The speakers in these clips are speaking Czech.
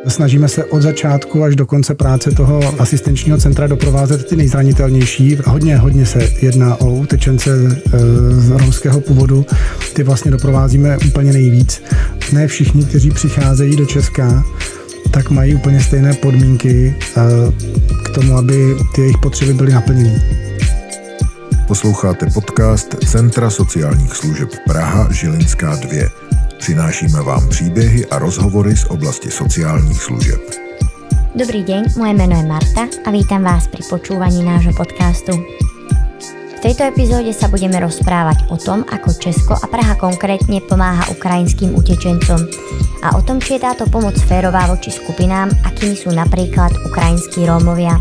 Snažíme se od začátku až do konce práce toho asistenčního centra doprovázet ty nejzranitelnější. Hodně se jedná o utečence z romského původu. Ty vlastně doprovázíme úplně nejvíc. Ne všichni, kteří přicházejí do Česka, tak mají úplně stejné podmínky k tomu, aby ty jejich potřeby byly naplněny. Posloucháte podcast Centra sociálních služeb Praha Žilinská 2. Přinášíme vám příběhy a rozhovory z oblasti sociálních služeb. Dobrý deň, moje meno je Marta a vítam vás pri počúvaní nášho podcastu. V tejto epizóde sa budeme rozprávať o tom, ako Česko a Praha konkrétne pomáha ukrajinským utečencom a o tom, či je táto pomoc férová voči skupinám, akými sú napríklad ukrajinskí Rómovia.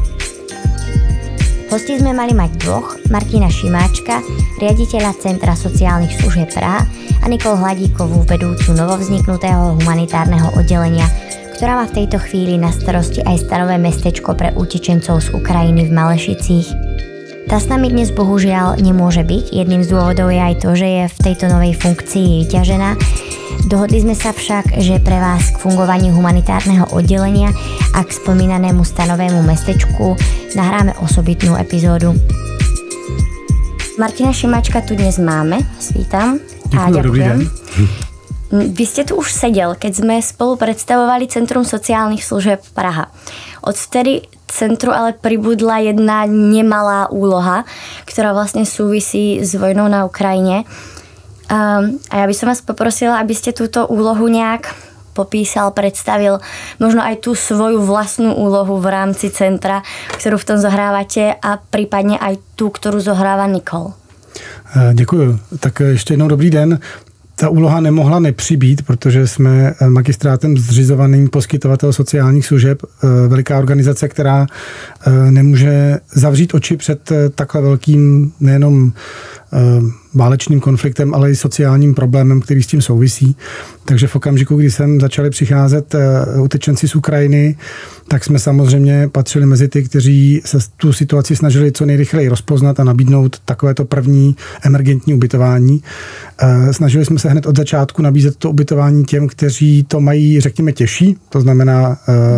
Hosti sme mali mať dvoch, Martina Šimáčka, riaditeľa Centra sociálnych služieb Praha a Nikol Hladíkovú, vedúcu novovzniknutého humanitárneho oddelenia, ktorá má v tejto chvíli na starosti aj stanové mestečko pre utečencov z Ukrajiny v Malešicích. Tá s nami dnes bohužiaľ nemôže byť, jedným z dôvodov je aj to, že je v tejto novej funkcii vyťažená. Dohodli sme sa však, že pre vás k fungovaniu humanitárneho oddelenia a k spomínanému stanovému mestečku nahráme osobitnú epizódu. Martina Šimáčka tu dnes máme, vítam. Děkuji, dobrý den. Vy ste tu už sedel, keď sme spolu predstavovali Centrum sociálnych služieb Praha. Odvtedy centru ale pribudla jedna nemalá úloha, ktorá vlastne súvisí s vojnou na Ukrajine. A ja by som vás poprosila, aby ste túto úlohu nejak popísal, predstavil, možno aj tú svoju vlastnú úlohu v rámci centra, ktorú v tom zohrávate a prípadne aj tú, ktorú zohráva Nikol. Děkuji. Tak ještě jednou dobrý den. Ta úloha nemohla nepřibýt, protože jsme magistrátem zřizovaným poskytovatel sociálních služeb, veliká organizace, která nemůže zavřít oči před takhle velkým nejenom válečným konfliktem, ale i sociálním problémem, který s tím souvisí. Takže v okamžiku, kdy sem začali přicházet utečenci z Ukrajiny, tak jsme samozřejmě patřili mezi ty, kteří se tu situaci snažili co nejrychleji rozpoznat a nabídnout takovéto první emergentní ubytování. Snažili jsme se hned od začátku nabízet to ubytování těm, kteří to mají, řekněme, těžší. To znamená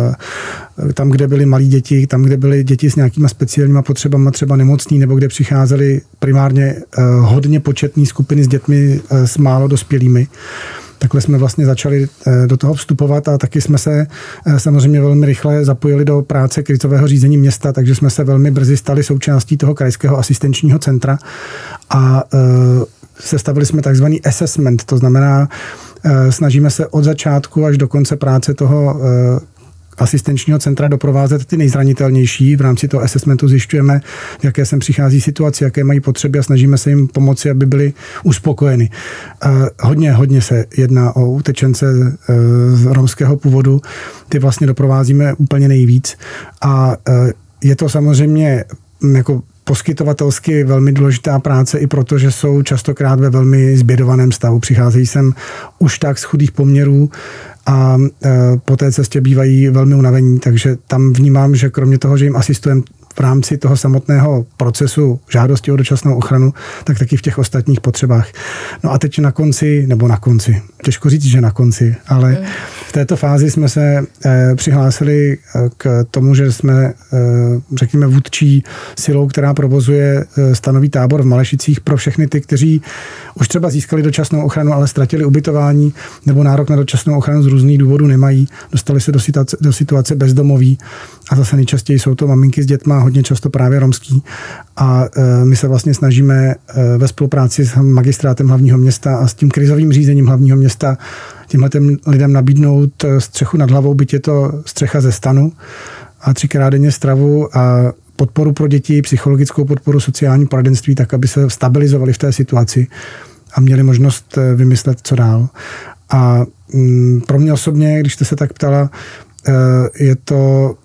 tam, kde byly malí děti, tam, kde byly děti s nějakýma speciálníma potřebama, třeba nemocní, nebo kde přicházeli primárně hodně početné skupiny s dětmi s málo dospělými. Takhle jsme vlastně začali do toho vstupovat a taky jsme se samozřejmě velmi rychle zapojili do práce krizového řízení města, takže jsme se velmi brzy stali součástí toho krajského asistenčního centra a sestavili jsme takzvaný assessment, to znamená, snažíme se od začátku až do konce práce toho asistenčního centra doprovázet ty nejzranitelnější. V rámci toho assessmentu zjišťujeme, v jaké sem přichází situace, jaké mají potřeby a snažíme se jim pomoci, aby byli uspokojeni. Hodně se jedná o utečence z romského původu. Ty vlastně doprovázíme úplně nejvíc. A je to samozřejmě jako poskytovatelsky velmi důležitá práce i proto, že jsou častokrát ve velmi zbědovaném stavu. Přicházejí sem už tak z chudých poměrů a po té cestě bývají velmi unavení, takže tam vnímám, že kromě toho, že jim asistujeme v rámci toho samotného procesu žádosti o dočasnou ochranu, tak taky v těch ostatních potřebách. No a teď na konci, těžko říct, že na konci, ale v této fázi jsme se přihlásili k tomu, že jsme, řekněme, vůdčí silou, která provozuje stanový tábor v Malešicích pro všechny ty, kteří už třeba získali dočasnou ochranu, ale ztratili ubytování nebo nárok na dočasnou ochranu z různých důvodů nemají, dostali se do situace bezdomoví a zase nejčastěji jsou to maminky s dětma, hodně často právě romský. A my se vlastně snažíme ve spolupráci s magistrátem hlavního města a s tím krizovým řízením hlavního města těmhletem lidem nabídnout střechu nad hlavou, byť je to střecha ze stanu a 3krát denně stravu a podporu pro děti, psychologickou podporu, sociální poradenství, tak aby se stabilizovali v té situaci a měli možnost vymyslet, co dál. A pro mě osobně, když jste se tak ptala, je to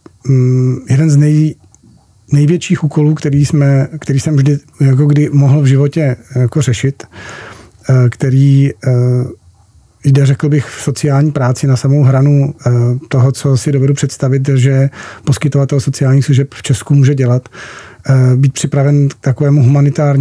jeden z největších úkolů, který jsem vždy jako kdy mohl v životě jako řešit, který jde, řekl bych, v sociální práci na samou hranu toho, co si dovedu představit, že poskytovatel sociálních služeb v Česku může dělat. Být připraven k takovému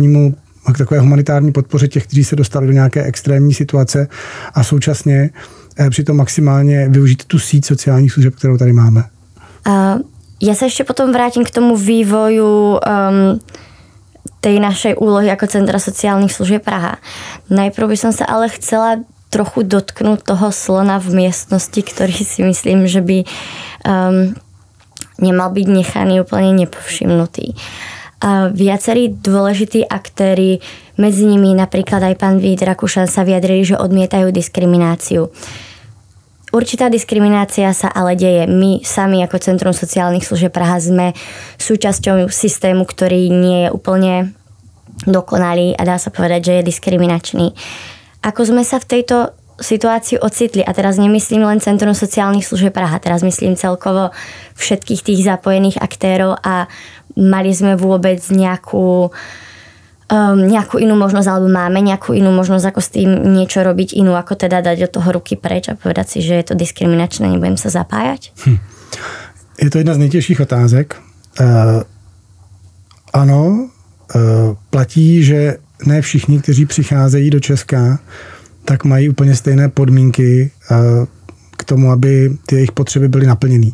k takové humanitární podpoře těch, kteří se dostali do nějaké extrémní situace a současně přitom maximálně využít tu síť sociálních služeb, kterou tady máme. Ja sa ešte potom vrátim k tomu vývoju tej našej úlohy ako Centra sociálnych služieb Praha. Najprv by som sa ale chcela trochu dotknúť toho slona v miestnosti, ktorý si myslím, že by nemal byť nechaný úplne nepovšimnutý. Viacerí dôležití aktéri, medzi nimi napríklad aj pán Vít Rakušan, sa vyjadrili, že odmietajú diskrimináciu. Určitá diskriminácia sa ale deje. My sami ako Centrum sociálnych služieb Praha sme súčasťou systému, ktorý nie je úplne dokonalý a dá sa povedať, že je diskriminačný. Ako sme sa v tejto situácii ocitli, a teraz nemyslím len Centrum sociálnych služieb Praha, teraz myslím celkovo všetkých tých zapojených aktérov a mali sme vôbec nejakú inú možnosť, alebo máme nejakú inú možnosť, ako s tým niečo robiť inú, ako teda dať do toho ruky preč a povedať si, že je to diskriminačné, nebudem sa zapájať? Je to jedna z nejtěžších otázek. Ano, platí, že ne všichni, kteří přicházejí do Česka, tak mají úplně stejné podmínky k tomu, aby ty jejich potřeby byly naplněny.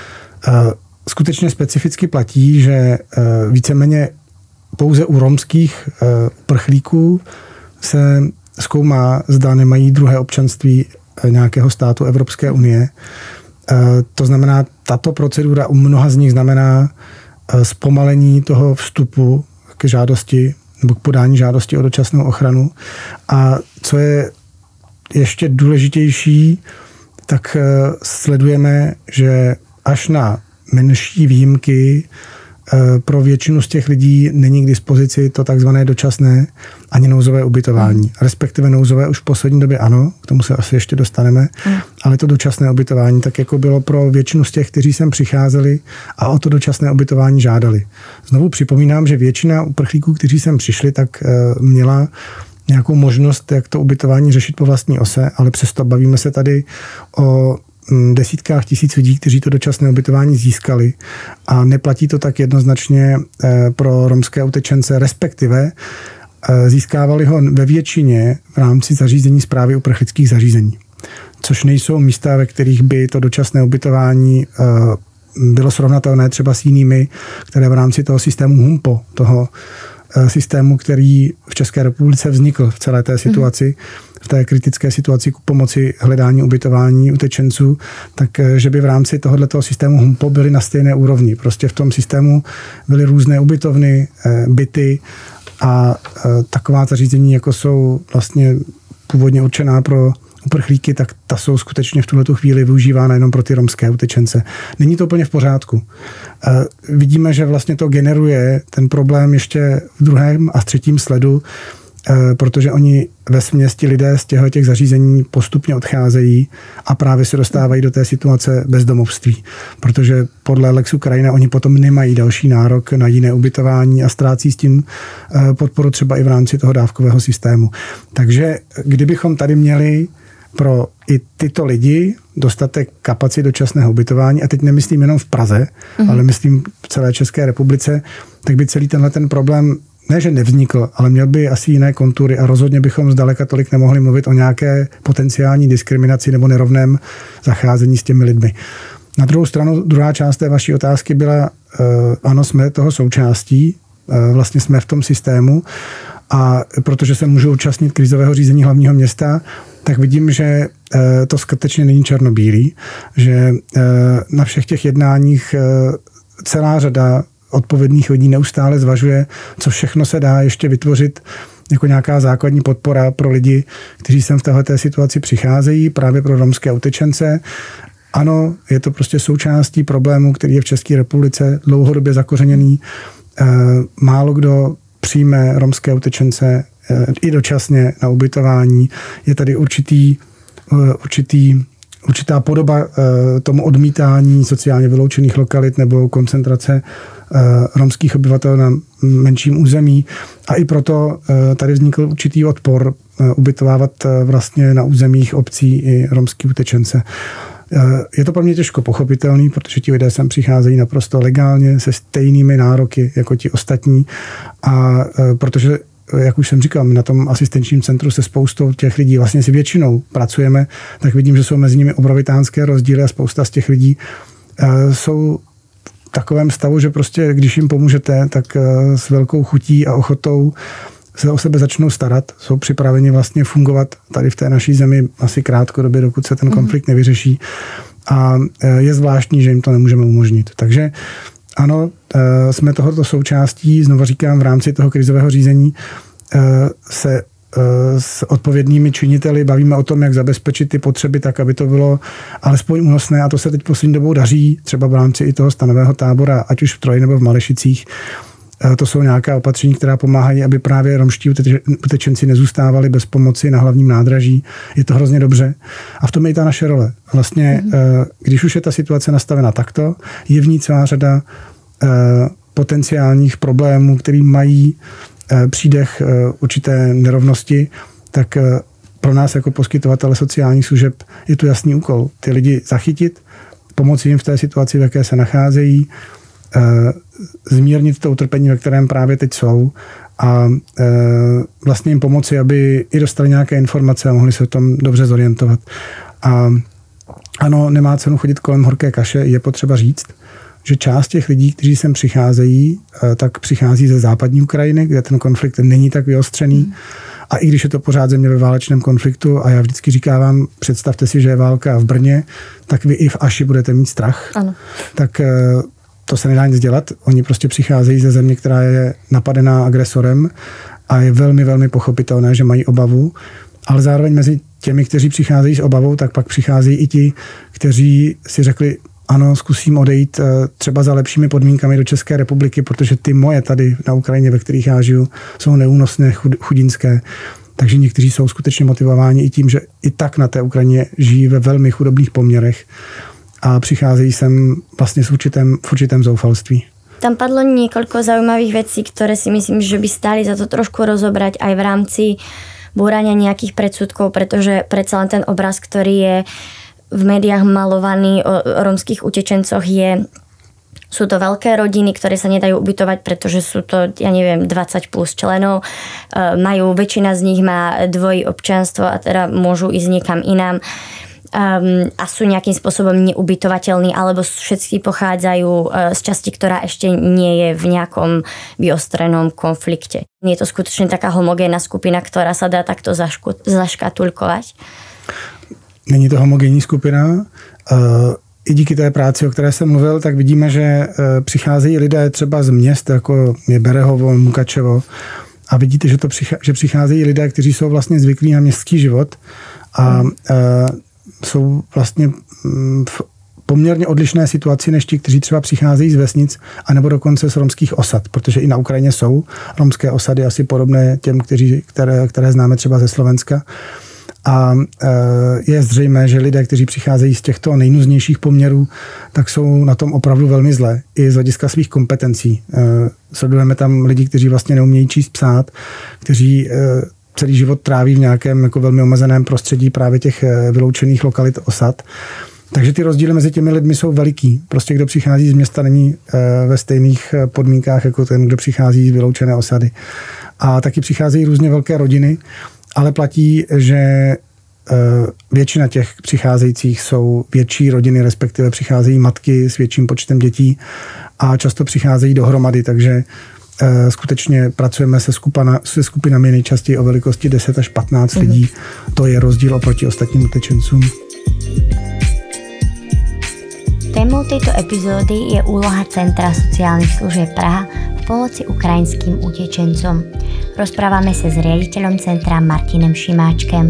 Skutečně specificky platí, že víceméně pouze u romských uprchlíků se zkoumá, zda nemají druhé občanství nějakého státu Evropské unie. To znamená, tato procedura u mnoha z nich znamená zpomalení toho vstupu k žádosti nebo k podání žádosti o dočasnou ochranu. A co je ještě důležitější, tak sledujeme, že až na menší výjimky pro většinu z těch lidí není k dispozici to takzvané dočasné ani nouzové ubytování. Respektive nouzové už v poslední době ano, k tomu se asi ještě dostaneme, ale to dočasné ubytování tak jako bylo pro většinu z těch, kteří sem přicházeli a o to dočasné ubytování žádali. Znovu připomínám, že většina uprchlíků, kteří sem přišli, tak měla nějakou možnost, jak to ubytování řešit po vlastní ose, ale přesto bavíme se tady o desítkách tisíc lidí, kteří to dočasné ubytování získali a neplatí to tak jednoznačně pro romské utečence, respektive získávali ho ve většině v rámci zařízení správy uprchlických zařízení, což nejsou místa, ve kterých by to dočasné ubytování bylo srovnatelné třeba s jinými, které v rámci toho systému HUMPO, toho systému, který v České republice vznikl v celé té situaci, v té kritické situaci k pomoci hledání ubytování utečenců, takže by v rámci tohoto systému HUMPO byly na stejné úrovni. Prostě v tom systému byly různé ubytovny, byty a taková zařízení, jako jsou vlastně původně určená pro uprchlíky, tak ta jsou skutečně v tuhletu chvíli využívána jenom pro ty romské utečence. Není to úplně v pořádku. Vidíme, že vlastně to generuje ten problém ještě v druhém a třetím sledu, protože oni vesměs ti lidé z těch zařízení postupně odcházejí a právě se dostávají do té situace bezdomovství, protože podle Lex Ukrajina oni potom nemají další nárok na jiné ubytování a ztrácí s tím podporu třeba i v rámci toho dávkového systému. Takže kdybychom tady měli pro i tyto lidi dostatek kapacit dočasného ubytování, a teď nemyslím jenom v Praze, ale myslím v celé České republice, tak by celý tenhle ten problém ne, že nevznikl, ale měl by asi jiné kontury a rozhodně bychom zdaleka tolik nemohli mluvit o nějaké potenciální diskriminaci nebo nerovném zacházení s těmi lidmi. Na druhou stranu, druhá část té vaší otázky byla, ano, jsme toho součástí, vlastně jsme v tom systému a protože se můžu účastnit krizového řízení hlavního města, tak vidím, že to skutečně není černobílý, že na všech těch jednáních celá řada odpovědných lidí neustále zvažuje, co všechno se dá ještě vytvořit jako nějaká základní podpora pro lidi, kteří sem v této situaci přicházejí, právě pro romské utečence. Ano, je to prostě součástí problému, který je v České republice dlouhodobě zakořeněný. Málo kdo přijme romské utečence i dočasně na ubytování. Je tady určitá podoba tomu odmítání sociálně vyloučených lokalit nebo koncentrace romských obyvatel na menším území. A i proto tady vznikl určitý odpor ubytovávat vlastně na územích obcí i romský utečence. Je to pro mě těžko pochopitelný, protože ti lidé sem přicházejí naprosto legálně se stejnými nároky jako ti ostatní a protože jak už jsem říkal, my na tom asistenčním centru se spoustou těch lidí, vlastně si většinou pracujeme, tak vidím, že jsou mezi nimi obrovitánské rozdíly a spousta z těch lidí jsou v takovém stavu, že prostě, když jim pomůžete, tak s velkou chutí a ochotou se o sebe začnou starat, jsou připraveni vlastně fungovat tady v té naší zemi asi krátkodobě, dokud se ten konflikt nevyřeší. A je zvláštní, že jim to nemůžeme umožnit. Takže ano, jsme tohoto součástí, znovu říkám, v rámci toho krizového řízení se s odpovědnými činiteli bavíme o tom, jak zabezpečit ty potřeby tak, aby to bylo alespoň únosné, a to se teď poslední dobou daří, třeba v rámci i toho stanového tábora, ať už v Troji nebo v Malešicích. To jsou nějaká opatření, která pomáhají, aby právě romští utečenci nezůstávali bez pomoci na hlavním nádraží. Je to hrozně dobře. A v tom je i ta naše role. Vlastně, když už je ta situace nastavena takto, je v ní celá řada potenciálních problémů, který mají přídech určité nerovnosti, tak pro nás jako poskytovatele sociálních služeb je tu jasný úkol. Ty lidi zachytit, pomoci jim v té situaci, v jaké se nacházejí, zmírnit to utrpení, ve kterém právě teď jsou, a vlastně jim pomoci, aby i dostali nějaké informace a mohli se o tom dobře zorientovat. A ano, nemá cenu chodit kolem horké kaše, je potřeba říct, že část těch lidí, kteří sem přicházejí, tak přichází ze západní Ukrajiny, kde ten konflikt není tak vyostřený. A i když je to pořád země ve válečném konfliktu, a já vždycky říkám, představte si, že je válka v Brně, tak vy i v Aši budete mít strach. Ano. Tak to se nedá nic dělat. Oni prostě přicházejí ze země, která je napadená agresorem, a je velmi, velmi pochopitelné, že mají obavu. Ale zároveň mezi těmi, kteří přicházejí s obavou, tak pak přicházejí i ti, kteří si řekli, ano, zkusím odejít třeba za lepšími podmínkami do České republiky, protože ty moje tady na Ukrajině, ve kterých já žiju, jsou neúnosně chudinské. Takže někteří jsou skutečně motivováni i tím, že i tak na té Ukrajině žijí ve velmi chudobných poměrech a přicházejí sem vlastně v určitém zoufalství. Tam padlo niekoľko zaujímavých vecí, ktoré si myslím, že by stáli za to trošku rozobrať aj v rámci búrania nejakých predsudkov, pretože predsa len ten obraz, ktorý je v médiách malovaný o rómskych utečencoch, sú to veľké rodiny, ktoré sa nedajú ubytovať, pretože sú to, ja neviem, 20 plus členov. Väčšina z nich má dvojí občianstvo a teda môžu ísť niekam inám. A sú nejakým spôsobom neubytovateľní, alebo všetci pochádzajú z časti, ktorá ešte nie je v nejakom vyostrenom konflikte. Je to skutočne taká homogénna skupina, ktorá sa dá takto zaškatulkovať? Není to homogenní skupina. I díky té práci, o které jsem mluvil, tak vidíme, že přicházejí lidé třeba z měst, jako je Berehovo, Mukačevo, a vidíte, že přicházejí lidé, kteří jsou vlastně zvyklí na městský život a jsou vlastně v poměrně odlišné situaci než ti, kteří třeba přicházejí z vesnic anebo dokonce z romských osad, protože i na Ukrajině jsou romské osady asi podobné těm, které známe třeba ze Slovenska. A je zřejmé, že lidé, kteří přicházejí z těchto nejnuznějších poměrů, tak jsou na tom opravdu velmi zle, i z hlediska svých kompetencí. Sledujeme tam lidi, kteří vlastně neumějí číst, psát, kteří celý život tráví v nějakém jako velmi omezeném prostředí právě těch vyloučených lokalit osad. Takže ty rozdíly mezi těmi lidmi jsou veliký. Prostě kdo přichází z města, není ve stejných podmínkách jako ten, kdo přichází z vyloučené osady. A taky přicházejí různě velké rodiny, ale platí, že většina těch přicházejících jsou větší rodiny, respektive přicházejí matky s větším počtem dětí a často přicházejí dohromady, takže skutečně pracujeme se skupinami nejčastěji o velikosti 10 až 15 lidí. To je rozdíl oproti ostatním utečencům. Témou tejto epizódy je úloha Centra sociálnych služieb Praha v pomoci ukrajinským utečencom. Rozprávame sa s riaditeľom centra Martinem Šimáčkem.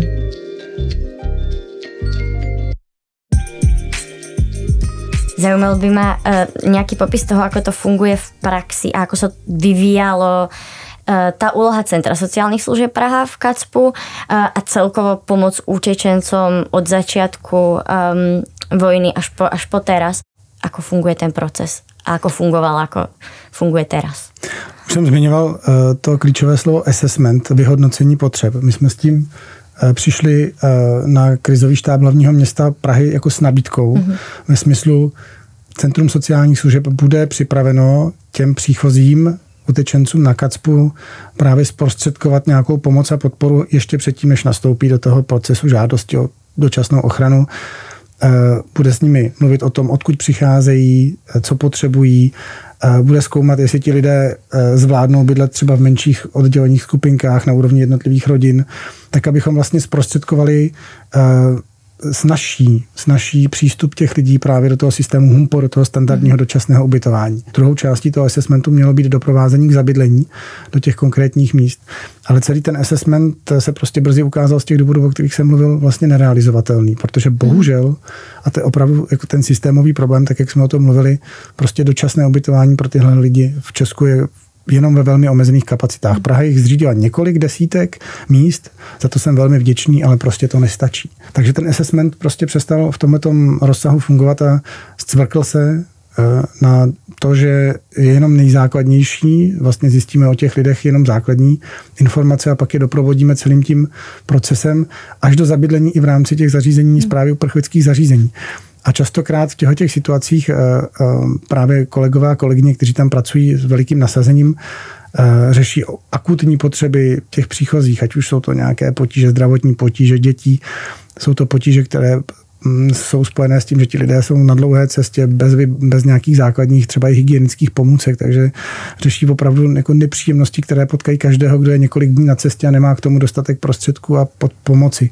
Zaujímal by ma nejaký popis toho, ako to funguje v praxi a ako sa vyvíjalo tá úloha Centra sociálnych služieb Praha v KACPu a celkovo pomoc utečencom od začiatku vojny až po teraz. Ako funguje ten proces a ako fungoval, ako funguje teraz? Už jsem zmiňoval to klíčové slovo assessment, vyhodnocení potřeb. My jsme s tím přišli na krizový štáb hlavního města Prahy jako s nabídkou. Ve smyslu Centrum sociálních služeb bude připraveno těm příchozím utečencům na KACPu právě zprostředkovat nějakou pomoc a podporu ještě předtím, než nastoupí do toho procesu žádosti o dočasnou ochranu. Bude s nimi mluvit o tom, odkud přicházejí, co potřebují, bude zkoumat, jestli ti lidé zvládnou bydlet třeba v menších oddělených skupinkách na úrovni jednotlivých rodin, tak abychom vlastně zprostředkovali snažší přístup těch lidí právě do toho systému HUMPO, do toho standardního dočasného ubytování. Druhou částí toho assessmentu mělo být doprovázení k zabydlení do těch konkrétních míst, ale celý ten assessment se prostě brzy ukázal z těch důvodů, o kterých jsem mluvil, vlastně nerealizovatelný, protože bohužel, a to je opravdu jako ten systémový problém, tak jak jsme o tom mluvili, prostě dočasné ubytování pro tyhle lidi v Česku je jenom ve velmi omezených kapacitách. Praha jich zřídila několik desítek míst, za to jsem velmi vděčný, ale prostě to nestačí. Takže ten assessment prostě přestal v tomhletom rozsahu fungovat a zcvrkl se na to, že je jenom nejzákladnější, vlastně zjistíme o těch lidech jenom základní informace a pak je doprovodíme celým tím procesem až do zabydlení i v rámci těch zařízení správy uprchlických zařízení. A častokrát v těch situacích právě kolegové a kolegyně, kteří tam pracují s velikým nasazením, řeší akutní potřeby těch příchozích, ať už jsou to nějaké potíže, zdravotní potíže dětí, jsou to potíže, které jsou spojené s tím, že ti lidé jsou na dlouhé cestě bez nějakých základních třeba i hygienických pomůcek, takže řeší opravdu jako nepříjemnosti, které potkají každého, kdo je několik dní na cestě a nemá k tomu dostatek prostředků a pomoci.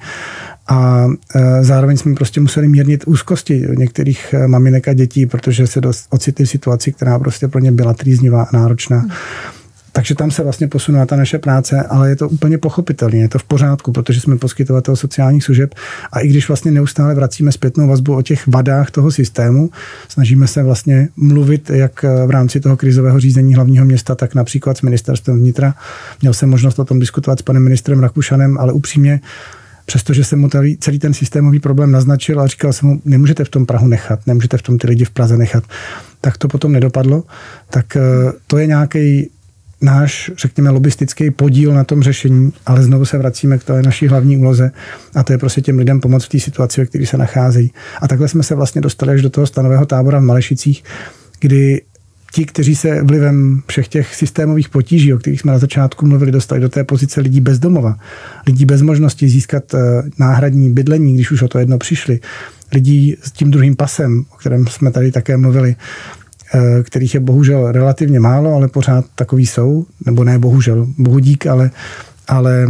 A zároveň jsme prostě museli mírnit úzkosti některých maminek a dětí, protože se ocitli v situaci, která prostě pro ně byla trýznivá a náročná. Takže tam se vlastně posunula ta naše práce, ale je to úplně pochopitelné, je to v pořádku, protože jsme poskytovatel sociálních služeb a i když vlastně neustále vracíme zpětnou vazbu o těch vadách toho systému, snažíme se vlastně mluvit jak v rámci toho krizového řízení hlavního města, tak například s ministerstvem vnitra. Měl jsem možnost o tom diskutovat s panem ministrem Rakušanem, ale upřímně, přestože jsem mu celý ten systémový problém naznačil a říkal jsem mu, nemůžete v tom Prahu nechat, nemůžete v tom ty lidi v Praze nechat, tak to potom nedopadlo. Tak to je nějaký náš, řekněme, lobistický podíl na tom řešení, ale znovu se vracíme k té naší hlavní úloze a to je prostě těm lidem pomoct v té situaci, ve které se nacházejí. A takhle jsme se vlastně dostali až do toho stanového tábora v Malešicích, kdy ti, kteří se vlivem všech těch systémových potíží, o kterých jsme na začátku mluvili, dostali do té pozice lidí bez domova, lidí bez možnosti získat náhradní bydlení, když už o to jedno přišli, lidí s tím druhým pasem, o kterém jsme tady také mluvili, kterých je bohužel relativně málo, ale pořád takový jsou, nebo ne bohužel, bohu dík, ale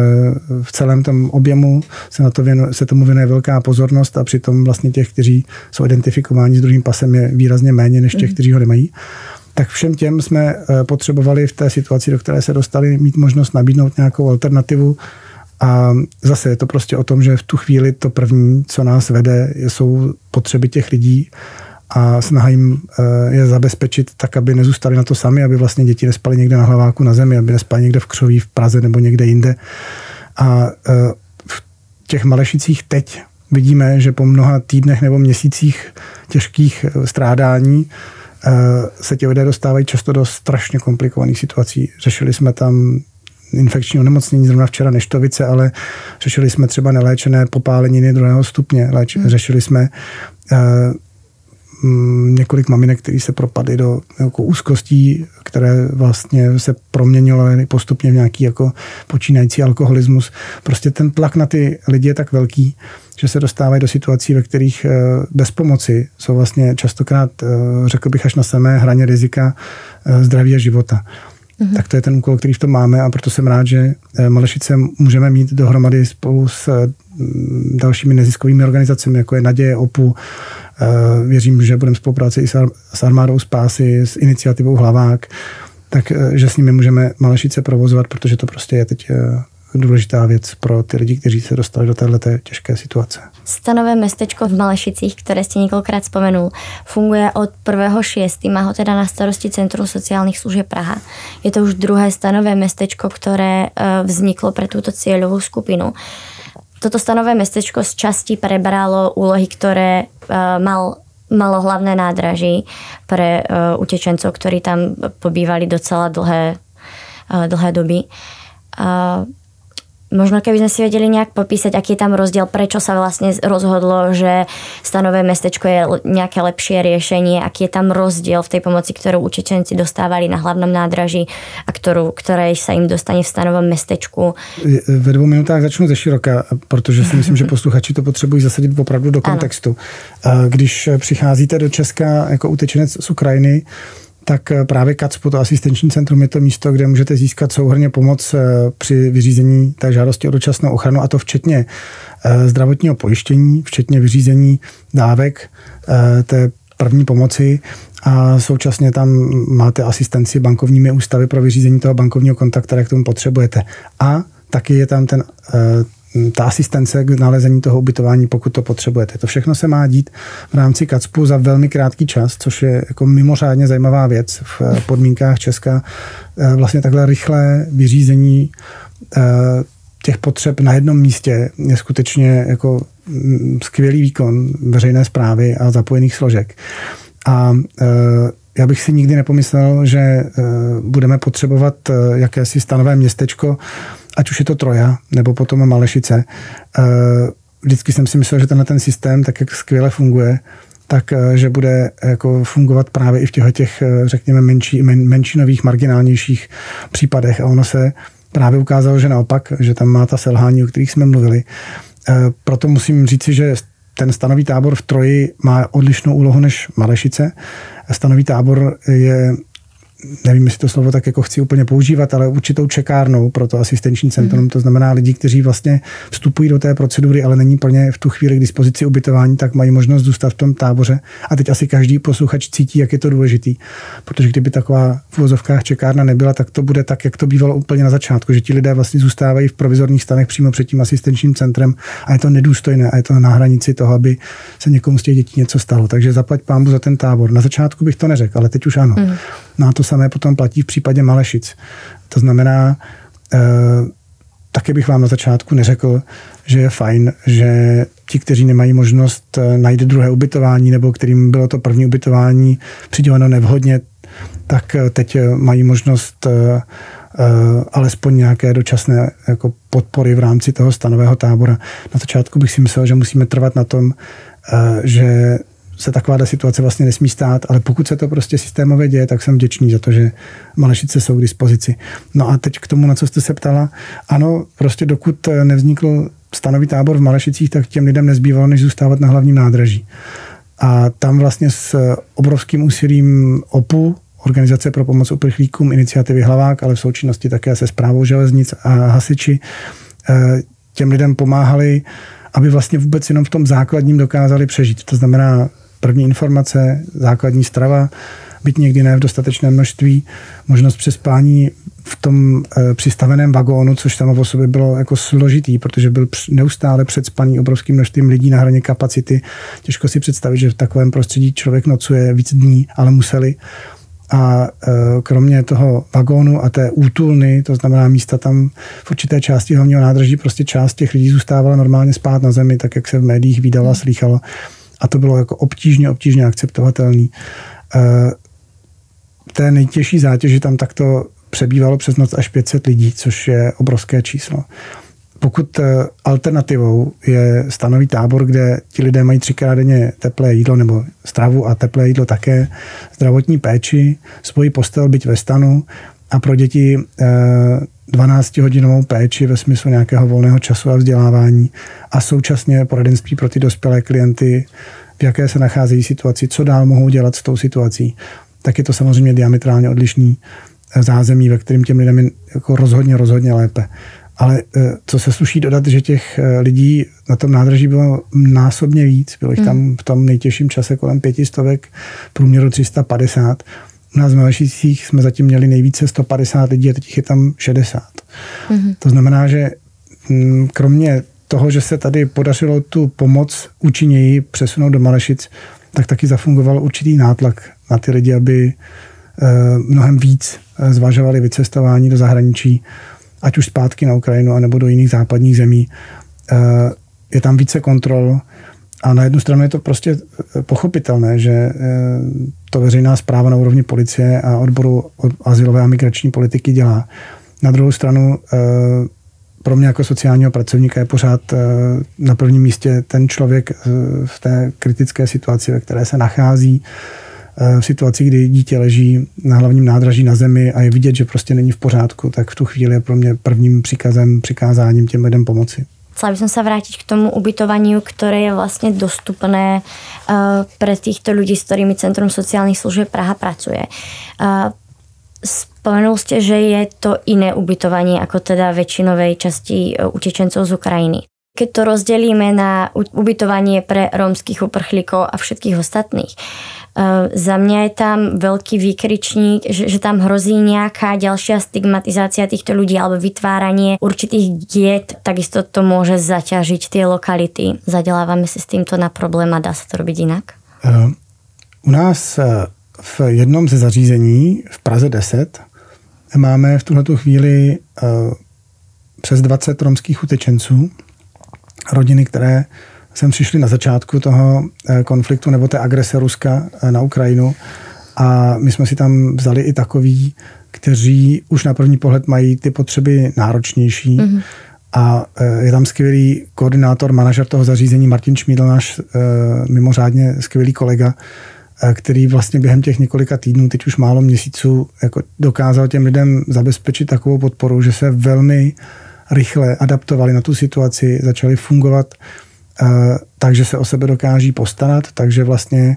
v celém tom objemu se tomu věnuje velká pozornost a přitom vlastně těch, kteří jsou identifikováni s druhým pasem, je výrazně méně než těch, kteří ho nemají. Tak všem těm jsme potřebovali v té situaci, do které se dostali, mít možnost nabídnout nějakou alternativu. A zase je to prostě o tom, že v tu chvíli to první, co nás vede, jsou potřeby těch lidí a snaha jim je zabezpečit tak, aby nezůstali na to sami, aby vlastně děti nespaly někde na hlaváku na zemi, aby nespaly někde v křoví v Praze nebo někde jinde. A v těch Malešicích teď vidíme, že po mnoha týdnech nebo měsících těžkých strádání se ti lidé dostávají často do strašně komplikovaných situací. Řešili jsme tam infekční onemocnění, zrovna včera Neštovice, ale řešili jsme třeba neléčené popáleniny 2. stupně. Řešili jsme několik maminek, který se propadly do jako úzkostí, které vlastně se proměnilo postupně v nějaký jako počínající alkoholismus. Prostě ten tlak na ty lidi je tak velký, že se dostávají do situací, ve kterých bez pomoci jsou vlastně častokrát, řekl bych, až na samé hraně rizika zdraví a života. Tak to je ten úkol, který v tom máme a proto jsem rád, že Malešice můžeme mít dohromady spolu s dalšími neziskovými organizacemi, jako je Naděje, OPU. Věřím, že budeme spolupráci i s Armádou spásy, s iniciativou Hlavák, takže s nimi můžeme Malešice provozovat, protože to prostě je teď důležitá věc pro ty lidi, kteří se dostali do této těžké situace. Stanové mestečko v Malešicích, které ste niekoľkrát spomenul, funguje od 1.6. Má ho teda na starosti Centrum sociálnych služieb Praha. Je to už druhé stanové mestečko, ktoré vzniklo pre túto cieľovú skupinu. Toto stanové mestečko z časti prebralo úlohy, ktoré malo hlavné nádraží pre utečencov, ktorí tam pobývali docela dlhé doby. možno keby sme si vedeli nejak popísať, aký je tam rozdiel, prečo sa vlastne rozhodlo, že stanové mestečko je nejaké lepšie riešenie, aký je tam rozdiel v tej pomoci, ktorú utečenci dostávali na hlavnom nádraží a ktorej sa im dostane v stanovom mestečku. Ve 2 minutách začnu ze široka, protože si myslím, že posluchači to potřebují zasadit opravdu do kontextu. Ano. Když přicházíte do Česka jako utečenec z Ukrajiny, tak právě KACPU, to asistenční centrum, je to místo, kde můžete získat souhrnně pomoc při vyřízení té žádosti o dočasnou ochranu, a to včetně zdravotního pojištění, včetně vyřízení dávek té první pomoci, a současně tam máte asistenci bankovními ústavy pro vyřízení toho bankovního konta, které k tomu potřebujete. A taky je tam ta asistence k nalezení toho ubytování, pokud to potřebujete. To všechno se má dít v rámci KACPu za velmi krátký čas, což je jako mimořádně zajímavá věc v podmínkách Česka. Vlastně takhle rychlé vyřízení těch potřeb na jednom místě je skutečně jako skvělý výkon veřejné správy a zapojených složek. A já bych si nikdy nepomyslel, že budeme potřebovat jakési stanové městečko, ať už je to Troja, nebo potom Malešice. Vždycky jsem si myslel, že ten systém, tak jak skvěle funguje, tak že bude jako fungovat právě i v těch řekněme, menšinových, marginálnějších případech. A ono se právě ukázalo, že naopak, že tam má ta selhání, o kterých jsme mluvili. Proto musím říci, že ten stanový tábor v Troji má odlišnou úlohu než Malešice. Stanový tábor je, nevím, jestli to slovo tak jako chci úplně používat, ale určitou čekárnou pro to asistenční centrum. To znamená lidi, kteří vlastně vstupují do té procedury, ale není plně v tu chvíli k dispozici ubytování, tak mají možnost zůstat v tom táboře. A teď asi každý posluchač cítí, jak je to důležitý. Protože kdyby taková v uvozovkách čekárna nebyla, tak to bude tak, jak to bývalo úplně na začátku, že ti lidé vlastně zůstávají v provizorních stanech přímo před tím asistenčním centrem a je to nedůstojné a je to na hranici toho, aby se někomu z těch dětí něco stalo. Takže zaplať pánbu za ten tábor. Na začátku bych to neřekl, ale teď už ano. No a to samé potom platí v případě Malešic. To znamená, taky bych vám na začátku neřekl, že je fajn, že ti, kteří nemají možnost najít druhé ubytování nebo kterým bylo to první ubytování přiděleno nevhodně, tak teď mají možnost alespoň nějaké dočasné jako podpory v rámci toho stanového tábora. Na začátku bych si myslel, že musíme trvat na tom, že se taková situace vlastně nesmí stát, ale pokud se to prostě systémově děje, tak jsem vděčný za to, že Malešice jsou k dispozici. No a teď k tomu, na co jste se ptala. Ano, prostě dokud nevznikl stanový tábor v Malešicích, tak těm lidem nezbývalo, než zůstávat na hlavním nádraží. A tam vlastně s obrovským úsilím OPU, Organizace pro pomoc uprchlíkům, iniciativy Hlavák, ale v součinnosti také se Správou železnic a hasiči, těm lidem pomáhali, aby vlastně vůbec jenom v tom základním dokázali přežít. To znamená první informace, základní strava, byť někdy ne v dostatečném množství, možnost přespání v tom přistaveném vagónu, což samo o sobě bylo jako složitý, protože byl neustále předspaný obrovským množstvím lidí na hraně kapacity. Těžko si představit, že v takovém prostředí člověk nocuje víc dní, ale museli. A kromě toho vagónu a té útulny, to znamená místa tam v určité části hlavního nádraží, prostě část těch lidí zůstávala normálně spát na zemi, tak jak se v médiích vídalo a slýchalo. A to bylo jako obtížně akceptovatelný. Té nejtěžší zátěži tam takto přebývalo přes noc až 500 lidí, což je obrovské číslo. Pokud alternativou je stanový tábor, kde ti lidé mají 3krát denně teplé jídlo nebo stravu a teplé jídlo také, zdravotní péči, svoji postel, byť ve stanu a pro děti 12-hodinovou péči ve smyslu nějakého volného času a vzdělávání a současně poradenství pro ty dospělé klienty, v jaké se nacházejí situaci, co dál mohou dělat s tou situací, tak je to samozřejmě diametrálně odlišný zázemí, ve kterém těm lidem je jako rozhodně lépe. Ale co se sluší dodat, že těch lidí na tom nádraží bylo násobně víc. Bylo jich tam v tom nejtěžším čase kolem 500, průměru 350. U nás v Malešicích jsme zatím měli nejvíce 150 lidí a teď je tam 60. To znamená, že kromě toho, že se tady podařilo tu pomoc účinněji přesunout do Malešic, tak taky zafungoval určitý nátlak na ty lidi, aby mnohem víc zvažovali vycestování do zahraničí, ať už zpátky na Ukrajinu, anebo do jiných západních zemí. Je tam více kontrol a na jednu stranu je to prostě pochopitelné, že to veřejná správa na úrovni policie a odboru azylové a migrační politiky dělá. Na druhou stranu pro mě jako sociálního pracovníka je pořád na prvním místě ten člověk v té kritické situaci, ve které se nachází, v situaci, kdy dítě leží na hlavním nádraží na zemi a je vidět, že prostě není v pořádku, tak v tu chvíli je pro mě prvním přikázáním těm lidem pomoci. Chcela by som sa vrátiť k tomu ubytovaniu, ktoré je vlastne dostupné pre týchto ľudí, s ktorými Centrum sociálnych služieb Praha pracuje. Spomenul ste, že je to iné ubytovanie ako teda väčšinovej časti utečencov z Ukrajiny. Keď to rozdelíme na ubytovanie pre rómskych uprchlíkov a všetkých ostatných, za mňa je tam veľký výkričník, že tam hrozí nejaká ďalšia stigmatizácia týchto ľudí alebo vytváranie určitých diet. Takisto to môže zaťažiť tie lokality. Zadelávame si s týmto na problém a dá sa to robiť inak? U nás v jednom ze zařízení v Praze 10 máme v tuhletu chvíli přes 20 romských utečenců, rodiny, které sem přišli na začátku toho konfliktu nebo té agrese Ruska na Ukrajinu a my jsme si tam vzali i takový, kteří už na první pohled mají ty potřeby náročnější a je tam skvělý koordinátor, manažer toho zařízení Martin Šmídl, náš mimořádně skvělý kolega, který vlastně během těch několika týdnů, teď už málo měsíců, jako dokázal těm lidem zabezpečit takovou podporu, že se velmi rychle adaptovali na tu situaci, začali fungovat takže se o sebe dokáží postarat, takže vlastně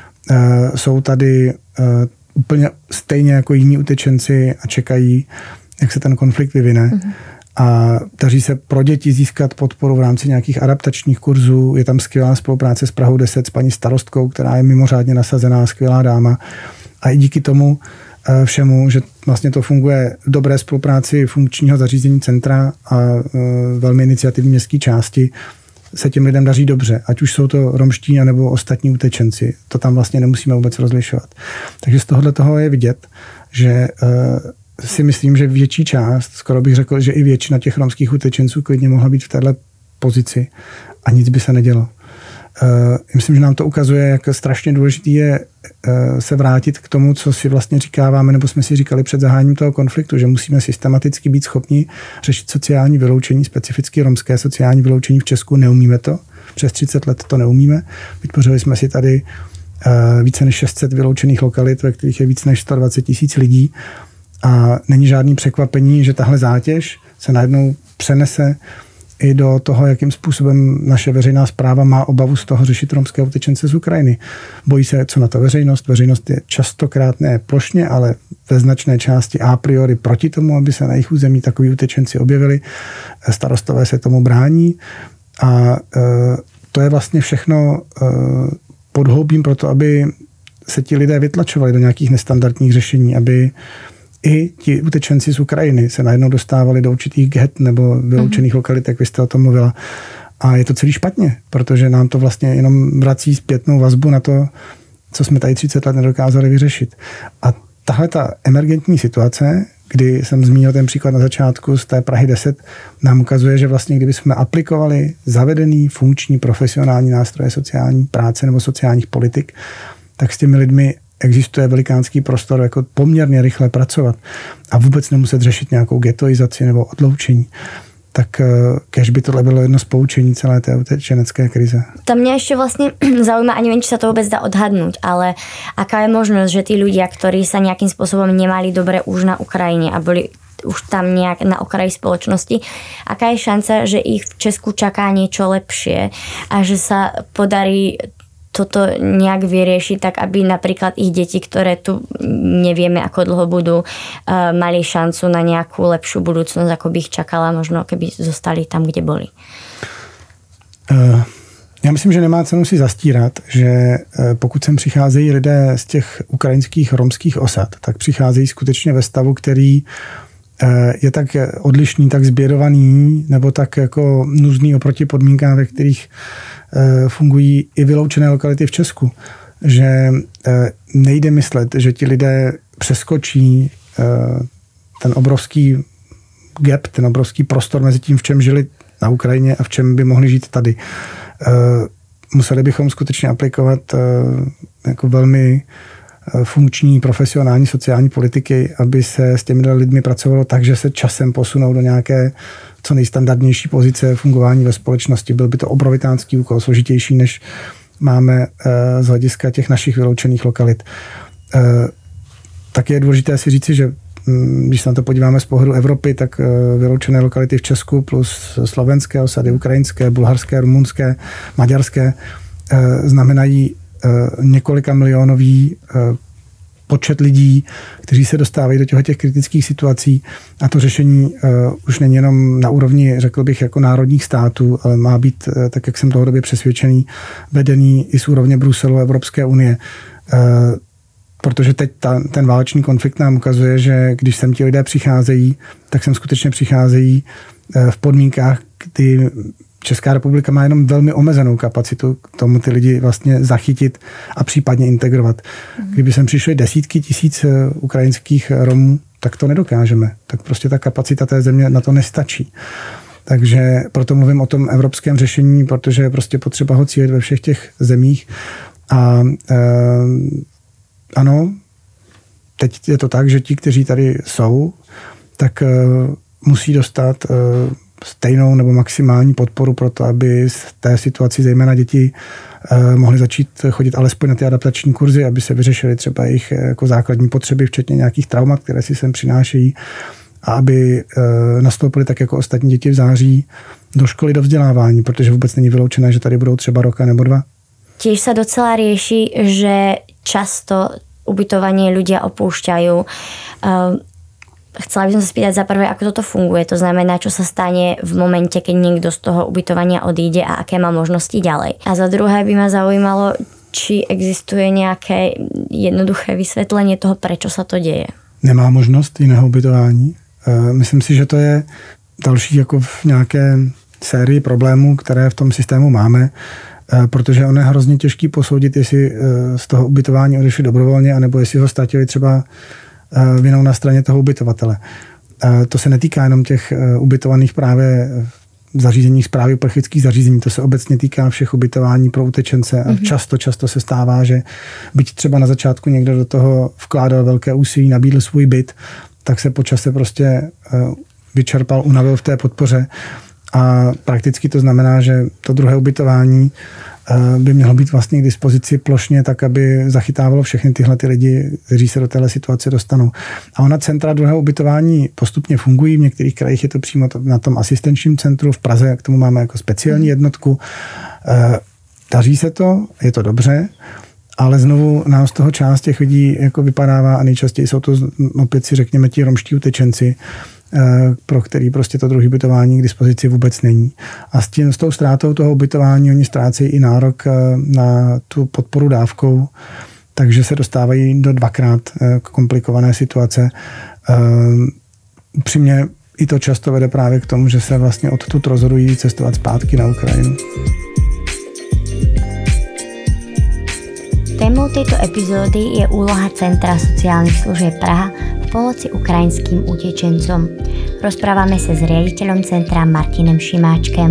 jsou tady úplně stejně jako jiní utečenci a čekají, jak se ten konflikt vyvine. A daří se pro děti získat podporu v rámci nějakých adaptačních kurzů. Je tam skvělá spolupráce s Prahou 10, s paní starostkou, která je mimořádně nasazená, skvělá dáma. A i díky tomu všemu, že vlastně to funguje v dobré spolupráci funkčního zařízení centra a velmi iniciativní městské části, se těm lidem daří dobře, ať už jsou to romští nebo ostatní utečenci. To tam vlastně nemusíme vůbec rozlišovat. Takže z tohohle toho je vidět, že si myslím, že větší část, skoro bych řekl, že i většina těch romských utečenců klidně mohla být v této pozici a nic by se nedělo. Myslím, že nám to ukazuje, jak strašně důležité je se vrátit k tomu, co si vlastně říkáváme, nebo jsme si říkali před zahájením toho konfliktu, že musíme systematicky být schopni řešit sociální vyloučení, specificky romské sociální vyloučení v Česku. Neumíme to. Přes 30 let to neumíme. Vytvořili jsme si tady více než 600 vyloučených lokalit, ve kterých je více než 120 000 lidí a není žádný překvapení, že tahle zátěž se najednou přenese i do toho, jakým způsobem naše veřejná správa má obavu z toho řešit romské utečence z Ukrajiny. Bojí se, co na to veřejnost. Veřejnost je častokrát ne plošně, ale ve značné části a priori proti tomu, aby se na jejich území takoví utečenci objevili. Starostové se tomu brání a to je vlastně všechno podhoubím pro to, aby se ti lidé vytlačovali do nějakých nestandardních řešení, aby i ti utečenci z Ukrajiny se najednou dostávali do určitých get nebo vyloučených lokalit, jak vy jste o tom mluvila. A je to celý špatně, protože nám to vlastně jenom vrací zpětnou vazbu na to, co jsme tady 30 let nedokázali vyřešit. A tahle ta emergentní situace, kdy jsem zmínil ten příklad na začátku z té Prahy 10, nám ukazuje, že vlastně kdybychom aplikovali zavedený, funkční, profesionální nástroje sociální práce nebo sociálních politik, tak s těmi lidmi existuje velikánský prostor jako poměrně rychle pracovat a vůbec nemuset řešit nějakou getoizaci nebo odloučení. Tak kež by tohle bylo jedno z poučení celé té utečenecké krize. To mňa ešte vlastne zaujíma, a neviem, či sa to vôbec dá odhadnúť, ale aká je možnosť, že tí ľudia, ktorí sa nejakým spôsobom nemali dobre už na Ukrajine a boli už tam nejak na okraji spoločnosti, aká je šanca, že ich v Česku čaká niečo lepšie a že sa podarí toto nejak vyriešiť, tak aby napríklad ich deti, ktoré tu nevieme, ako dlho budú, mali šancu na nejakú lepšiu budúcnosť, ako by ich čakala, možno keby zostali tam, kde boli. Já myslím, že nemá cenu si zastírat, že pokud sem přicházejí lidé z těch ukrajinských romských osad, tak přicházejí skutečně ve stavu, který je tak odlišný, tak zběrovaný nebo tak jako nuzný oproti podmínkám, ve kterých fungují i vyloučené lokality v Česku. Že nejde myslet, že ti lidé přeskočí ten obrovský gap, ten obrovský prostor mezi tím, v čem žili na Ukrajině a v čem by mohli žít tady. Museli bychom skutečně aplikovat jako velmi funkční, profesionální sociální politiky, aby se s těmi lidmi pracovalo tak, že se časem posunou do nějaké co nejstandardnější pozice fungování ve společnosti. Byl by to obrovitánský úkol, složitější, než máme z hlediska těch našich vyloučených lokalit. Tak je důležité si říci, že když se na to podíváme z pohledu Evropy, tak vyloučené lokality v Česku plus slovenské osady, ukrajinské, bulharské, rumunské, maďarské znamenají několika milionový počet lidí, kteří se dostávají do těch kritických situací a to řešení už není jenom na úrovni, řekl bych, jako národních států, ale má být, tak jak jsem dlouhodobě přesvědčený, vedený i z úrovně Bruselu a Evropské unie. Protože teď ten válečný konflikt nám ukazuje, že když sem ti lidé přicházejí, tak sem skutečně přicházejí v podmínkách, kdy Česká republika má jenom velmi omezenou kapacitu k tomu ty lidi vlastně zachytit a případně integrovat. Kdyby sem přišly desítky tisíc ukrajinských Romů, tak to nedokážeme. Tak prostě ta kapacita té země na to nestačí. Takže proto mluvím o tom evropském řešení, protože je prostě potřeba ho cílit ve všech těch zemích. A ano, teď je to tak, že ti, kteří tady jsou, tak musí dostat stejnou nebo maximální podporu pro to, aby z té situaci zejména děti mohly začít chodit alespoň na ty adaptační kurzy, aby se vyřešily třeba jejich jako základní potřeby, včetně nějakých traumat, které si sem přinášejí, a aby nastoupily tak jako ostatní děti v září do školy, do vzdělávání, protože vůbec není vyloučené, že tady budou třeba roka nebo dva. Tiež sa docela rieši, že často ubytovanie ľudia opúšťajú. Chcela by som sa spýtať za prvé, ako toto funguje. To znamená, čo sa stane v momente, keď niekto z toho ubytovania odíde a aké má možnosti ďalej. A za druhé by ma zaujímalo, či existuje nejaké jednoduché vysvetlenie toho, prečo sa to deje. Nemá možnost jiného ubytování. Myslím si, že to je další jako v nějaké sérii problémů, které v tom systému máme, protože on je hrozně těžký posoudit, jestli z toho ubytování odešli dobrovolně, anebo jestli ho ztratili třeba vinou na straně toho ubytovatele. To se netýká jenom těch ubytovaných právě v zařízeních správy uprchlických zařízení, to se obecně týká všech ubytování pro utečence a často se stává, že byť třeba na začátku někdo do toho vkládal velké úsilí, nabídl svůj byt, tak se po čase prostě vyčerpal, unavil v té podpoře a prakticky to znamená, že to druhé ubytování by mělo být vlastně k dispozici plošně tak, aby zachytávalo všechny tyhle ty lidi, kteří se do téhle situace dostanou. A ona centra druhého ubytování postupně fungují, v některých krajích je to přímo na tom asistenčním centru, v Praze k tomu máme jako speciální jednotku. Daří se to, je to dobře, ale znovu nám z toho část těch lidí jako vypadává a nejčastěji jsou to opět si řekněme ti romští utečenci, pro který prostě to druhé ubytování k dispozici vůbec není. A s tou ztrátou toho ubytování oni ztrácejí i nárok na tu podporu dávkou, takže se dostávají do dvakrát komplikované situace. Upřímně i to často vede právě k tomu, že se vlastně odtud rozhodují cestovat zpátky na Ukrajinu. Témou tejto epizódy je úloha Centra sociálnych služieb Praha v pomoci ukrajinským utečencom. Rozprávame sa s riaditeľom centra Martinem Šimáčkem.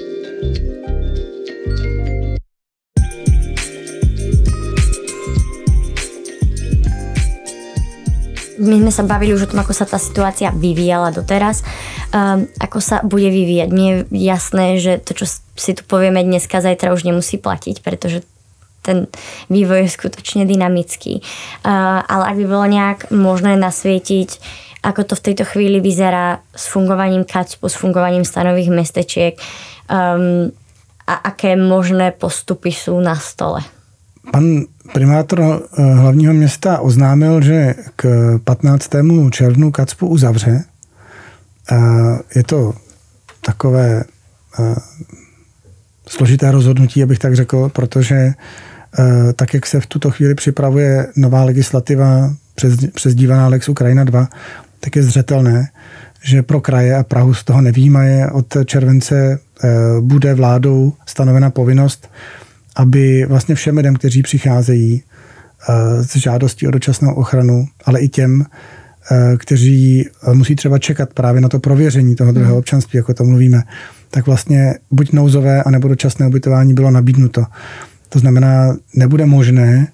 My sme sa bavili už o tom, ako sa tá situácia vyvíjala doteraz, ako sa bude vyvíjať. Mne je jasné, že to, čo si tu povieme dneska, zajtra už nemusí platiť, pretože ten vývoj je skutočne dynamický. Ale ak by bolo nejak možné nasvietiť, ako to v tejto chvíli vyzerá s fungovaním KACPu, s fungovaním stanových mestečiek a aké možné postupy sú na stole. Pan primátor hlavního města oznámil, že k 15. červnu KACPu uzavře. Je to takové složité rozhodnutí, abych tak řekl, protože tak, jak se v tuto chvíli připravuje nová legislativa přezdívaná Lex Ukrajina 2, tak je zřetelné, že pro kraje a Prahu z toho nevyjímaje od července bude vládou stanovena povinnost, aby vlastně všem lidem, kteří přicházejí s žádostí o dočasnou ochranu, ale i těm, kteří musí třeba čekat právě na to prověření toho druhého občanství, jako to mluvíme, tak vlastně buď nouzové, anebo dočasné ubytování bylo nabídnuto. To znamená, nebude možné,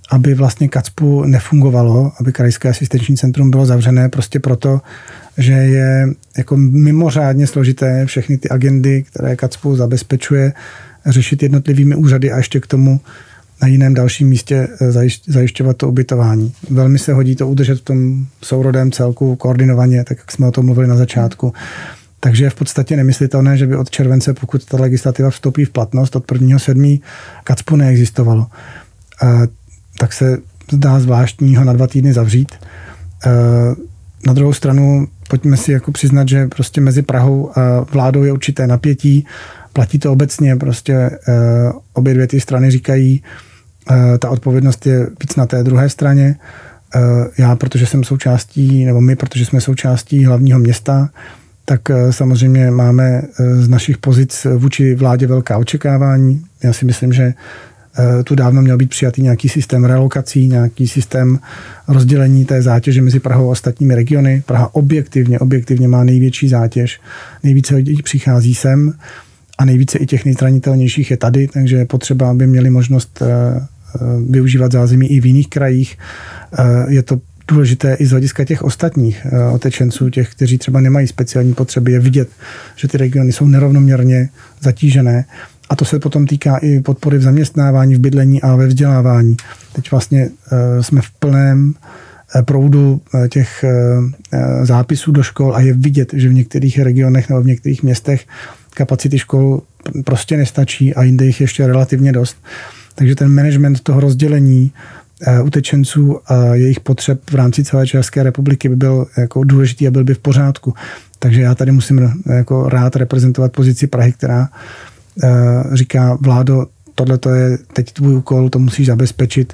aby vlastně KACPU nefungovalo, aby krajské asistenční centrum bylo zavřené prostě proto, že je jako mimořádně složité všechny ty agendy, které KACPU zabezpečuje, řešit jednotlivými úřady a ještě k tomu na jiném dalším místě zajišťovat to ubytování. Velmi se hodí to udržet v tom sourodém celku koordinovaně, tak jak jsme o tom mluvili na začátku. Takže je v podstatě nemyslitelné, že by od července, pokud ta legislativa vstoupí v platnost, od 1.7. KACPU neexistovalo. Tak se zdá zvláštní ho na 2 týdny zavřít. Na druhou stranu pojďme si jako přiznat, že prostě mezi Prahou a vládou je určité napětí. Platí to obecně, prostě obě dvě ty strany říkají, ta odpovědnost je víc na té druhé straně. Já, protože jsem součástí, nebo my, protože jsme součástí hlavního města, tak samozřejmě máme z našich pozic vůči vládě velká očekávání. Já si myslím, že tu dávno měl být přijatý nějaký systém relokací, nějaký systém rozdělení té zátěže mezi Prahou a ostatními regiony. Praha objektivně má největší zátěž. Nejvíce lidí přichází sem a nejvíce i těch nejzranitelnějších je tady, takže je potřeba, aby měli možnost využívat zázemí i v jiných krajích. Je to důležité i z hlediska těch ostatních otečenců, těch, kteří třeba nemají speciální potřeby, je vidět, že ty regiony jsou nerovnoměrně zatížené. A to se potom týká i podpory v zaměstnávání, v bydlení a ve vzdělávání. Teď vlastně jsme v plném proudu těch zápisů do škol a je vidět, že v některých regionech nebo v některých městech kapacity škol prostě nestačí a jinde jich ještě relativně dost. Takže ten management toho rozdělení utečenců a jejich potřeb v rámci celé České republiky by byl jako důležitý a byl by v pořádku. Takže já tady musím jako rád reprezentovat pozici Prahy, která říká, vládo, tohle to je teď tvůj úkol, to musíš zabezpečit.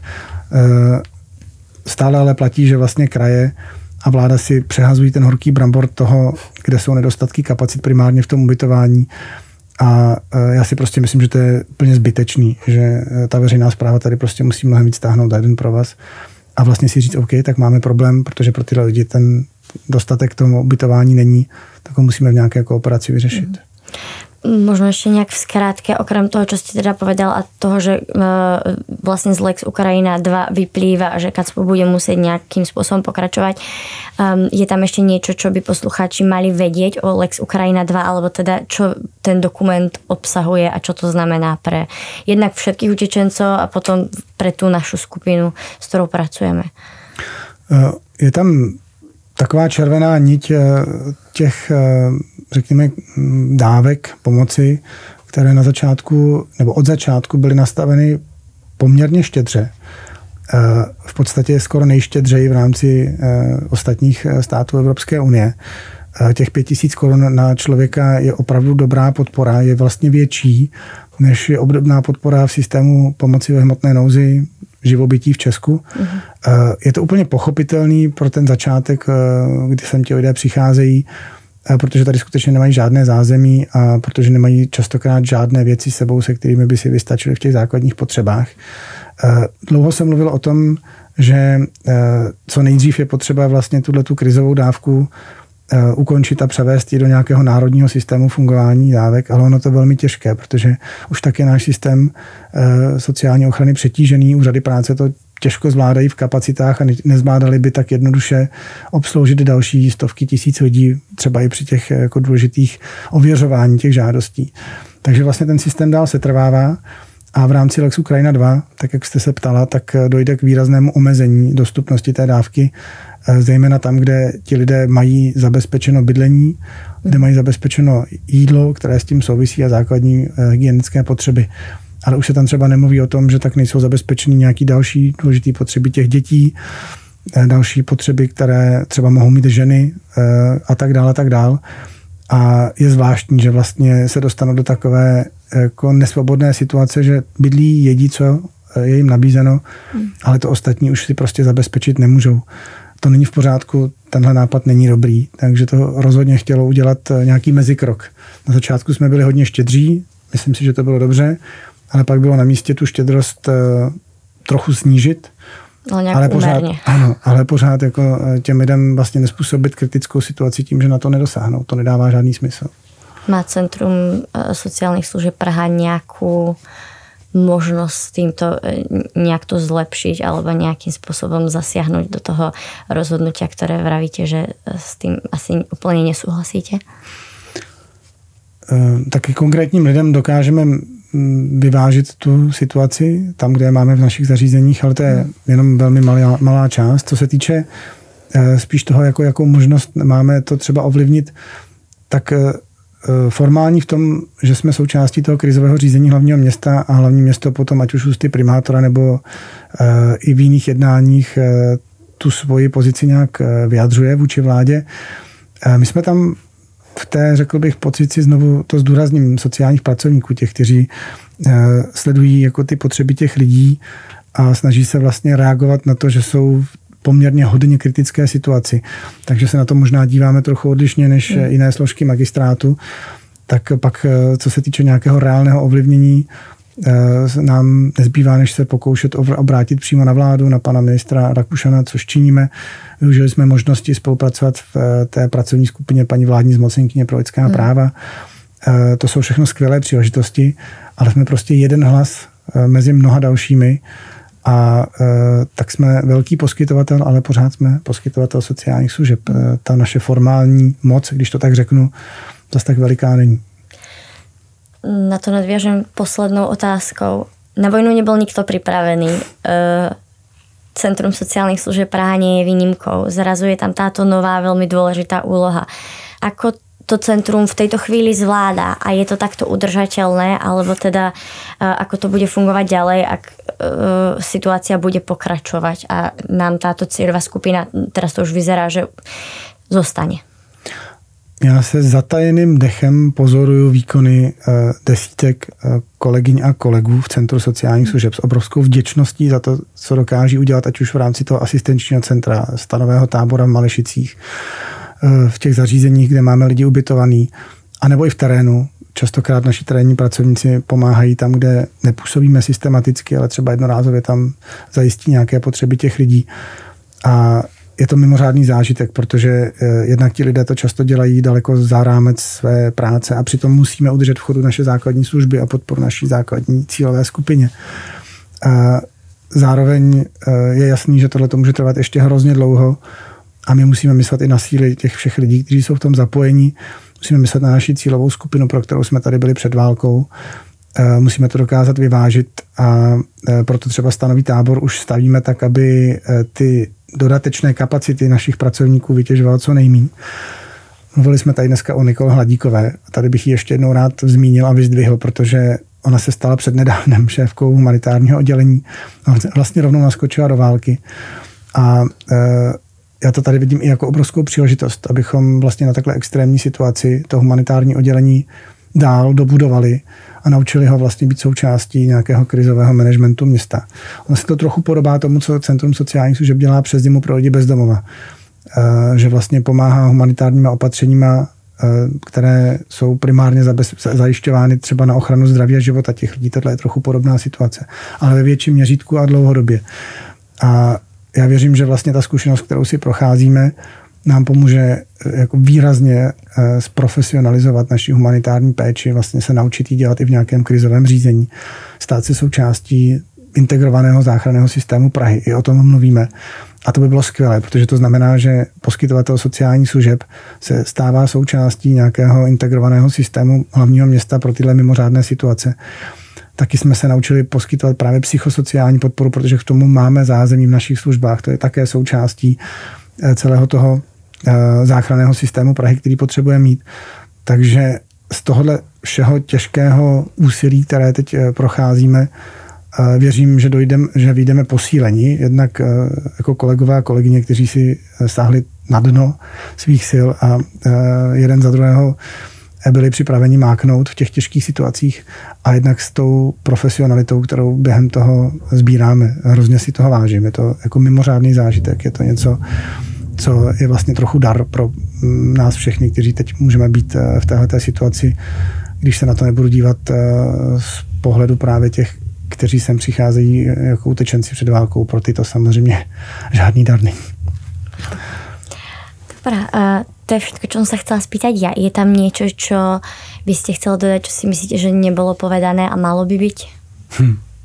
Stále ale platí, že vlastně kraje a vláda si přehazují ten horký brambor toho, kde jsou nedostatky kapacit primárně v tom ubytování. A já si prostě myslím, že to je úplně zbytečný, že ta veřejná správa tady prostě musí mnohem víc stáhnout na jeden provaz a vlastně si říct, OK, tak máme problém, protože pro tyhle lidi ten dostatek tomu ubytování není, tak ho musíme v nějaké kooperaci vyřešit. Možno ešte nejak v skrátke, okrem toho, čo ste teda povedal a toho, že vlastne z Lex Ukrajina 2 vyplýva, že KACPU bude musieť nejakým spôsobom pokračovať. Je tam ešte niečo, čo by poslucháči mali vedieť o Lex Ukrajina 2, alebo teda čo ten dokument obsahuje a čo to znamená pre jednak všetkých utečencov a potom pre tú našu skupinu, s ktorou pracujeme? Je tam taková červená niť těch, řekněme, dávek pomoci, které na začátku, nebo od začátku byly nastaveny poměrně štědře. V podstatě skoro nejštědřeji v rámci ostatních států Evropské unie. Těch 5 000 korun na člověka je opravdu dobrá podpora, je vlastně větší, než je obdobná podpora v systému pomoci ve hmotné nouzi živobytí v Česku. Je to úplně pochopitelný pro ten začátek, kdy sem ti lidé přicházejí, protože tady skutečně nemají žádné zázemí a protože nemají častokrát žádné věci sebou, se kterými by si vystačili v těch základních potřebách. Dlouho se mluvilo o tom, že co nejdřív je potřeba vlastně tu krizovou dávku ukončit a převést ji do nějakého národního systému fungování dávek, ale ono to je velmi těžké, protože už tak je náš systém sociální ochrany přetížený, úřady práce to těžko zvládají v kapacitách a nezvládali by tak jednoduše obsloužit další stovky tisíc lidí, třeba i při těch jako důležitých ověřování těch žádostí. Takže vlastně ten systém dál setrvává a v rámci Lex Ukrajina 2, tak jak jste se ptala, tak dojde k výraznému omezení dostupnosti té dávky, zejména tam, kde ti lidé mají zabezpečeno bydlení, kde mají zabezpečeno jídlo, které s tím souvisí a základní hygienické potřeby. Ale už se tam třeba nemluví o tom, že tak nejsou zabezpečeny nějaký další důležité potřeby těch dětí, další potřeby, které třeba mohou mít ženy a tak dále, a tak dále. A je zvláštní, že vlastně se dostanou do takové jako nesvobodné situace, že bydlí, jedí, co je jim nabízeno, ale to ostatní už si prostě zabezpečit nemůžou. To není v pořádku, tenhle nápad není dobrý, takže to rozhodně chtělo udělat nějaký mezikrok. Na začátku jsme byli hodně štědří, myslím si, že to bylo dobře, ale pak bylo na místě tu štědrost trochu snížit. Ale pořád jako těm lidem vlastně nespůsobit kritickou situaci tím, že na to nedosáhnou. To nedává žádný smysl. Má Centrum sociálnych služieb Praha nejakú možnosť s týmto nejak to zlepšiť alebo nejakým spôsobom zasiahnuť do toho rozhodnutia, ktoré vravíte, že s tým asi úplne nesúhlasíte? Taky konkrétním lidem dokážeme vyvážit tu situaci tam, kde je máme v našich zařízeních, ale to je jenom velmi malá část. Co se týče spíš toho, jakou možnost máme to třeba ovlivnit, tak formální v tom, že jsme součástí toho krizového řízení hlavního města a hlavní město potom, ať už ústy primátora nebo i v jiných jednáních tu svoji pozici nějak vyjadřuje vůči vládě. My jsme tam v té, řekl bych, pozici, znovu to zdůrazním, sociálních pracovníků, těch, kteří sledují jako ty potřeby těch lidí a snaží se vlastně reagovat na to, že jsou v poměrně hodně kritické situaci. Takže se na to možná díváme trochu odlišně než jiné složky magistrátu. Tak pak, co se týče nějakého reálného ovlivnění, nám nezbývá, než se pokoušet obrátit přímo na vládu, na pana ministra Rakušana, což činíme. Využili jsme možnosti spolupracovat v té pracovní skupině paní vládní zmocněnkyně pro lidská práva. To jsou všechno skvělé příležitosti, ale jsme prostě jeden hlas mezi mnoha dalšími a tak jsme velký poskytovatel, ale pořád jsme poskytovatel sociálních služeb. Ta naše formální moc, když to tak řeknu, zase tak veliká není. Na to nadviažem poslednou otázkou. Na vojnu nebol nikto pripravený. Centrum sociálnych služieb Praha nie je výnimkou. Zrazu je tam táto nová veľmi dôležitá úloha. Ako to centrum v tejto chvíli zvláda a je to takto udržateľné, alebo teda ako to bude fungovať ďalej, ak situácia bude pokračovať a nám táto cieľová skupina, teraz to už vyzerá, že zostane? Já se zatajeným dechem pozoruju výkony desítek kolegyň a kolegů v Centru sociálních služeb s obrovskou vděčností za to, co dokáží udělat, ať už v rámci toho asistenčního centra, stanového tábora v Malešicích, v těch zařízeních, kde máme lidi ubytovaný, anebo i v terénu. Častokrát naši terénní pracovníci pomáhají tam, kde nepůsobíme systematicky, ale třeba jednorázově tam zajistí nějaké potřeby těch lidí. A je to mimořádný zážitek, protože jednak ti lidé to často dělají daleko za rámec své práce a přitom musíme udržet v chodu naše základní služby a podporu naší základní cílové skupině. Zároveň je jasný, že tohle to může trvat ještě hrozně dlouho a my musíme myslet i na síly těch všech lidí, kteří jsou v tom zapojení. Musíme myslet na naši cílovou skupinu, pro kterou jsme tady byli před válkou. Musíme to dokázat vyvážit a proto třeba stanový tábor už stavíme tak, aby ty dodatečné kapacity našich pracovníků vytěžoval co nejméně. Mluvili jsme tady dneska o Nikole Hladíkové. Tady bych ji ještě jednou rád zmínil a vyzdvihl, protože ona se stala přednedávnem šéfkou humanitárního oddělení. Vlastně rovnou naskočila do války. A já to tady vidím i jako obrovskou příležitost, abychom vlastně na takhle extrémní situaci to humanitární oddělení dál dobudovali a naučili ho vlastně být součástí nějakého krizového managementu města. Ono se to trochu podobá tomu, co Centrum sociálních služeb dělá přes zimu pro lidi bez domova. Že vlastně pomáhá humanitárníma opatřeníma, které jsou primárně zajišťovány třeba na ochranu zdraví a života těch lidí. Tohle je trochu podobná situace, ale ve větším měřítku a dlouhodobě. A já věřím, že vlastně ta zkušenost, kterou si procházíme, nám pomůže jako výrazně zprofesionalizovat naši humanitární péči, vlastně se naučit ji dělat i v nějakém krizovém řízení, stát se součástí integrovaného záchranného systému Prahy. I o tom mluvíme. A to by bylo skvělé, protože to znamená, že poskytovatel sociálních služeb se stává součástí nějakého integrovaného systému hlavního města pro tyhle mimořádné situace. Taky jsme se naučili poskytovat právě psychosociální podporu, protože k tomu máme zázemí v našich službách. To je také součástí celého toho záchranného systému Prahy, který potřebuje mít. Takže z tohohle všeho těžkého úsilí, které teď procházíme, věřím, že vyjdeme posílení, jednak jako kolegové a kolegyně, kteří si sáhli na dno svých sil a jeden za druhého byli připraveni máknout v těch těžkých situacích a jednak s tou profesionalitou, kterou během toho sbíráme. Hrozně si toho vážím. Je to jako mimořádný zážitek. Je to něco, co je vlastně trochu dar pro nás všechny, kteří teď můžeme být v téhleté situaci, když se na to nebudu dívat z pohledu právě těch, kteří sem přicházejí jako utečenci před válkou. Pro ty to samozřejmě žádný dar není. Dobrá, to je všetko, čo som sa chcela spýtať ja. Je tam niečo, čo by ste chceli dodať, čo si myslíte, že nebolo povedané a malo by byť?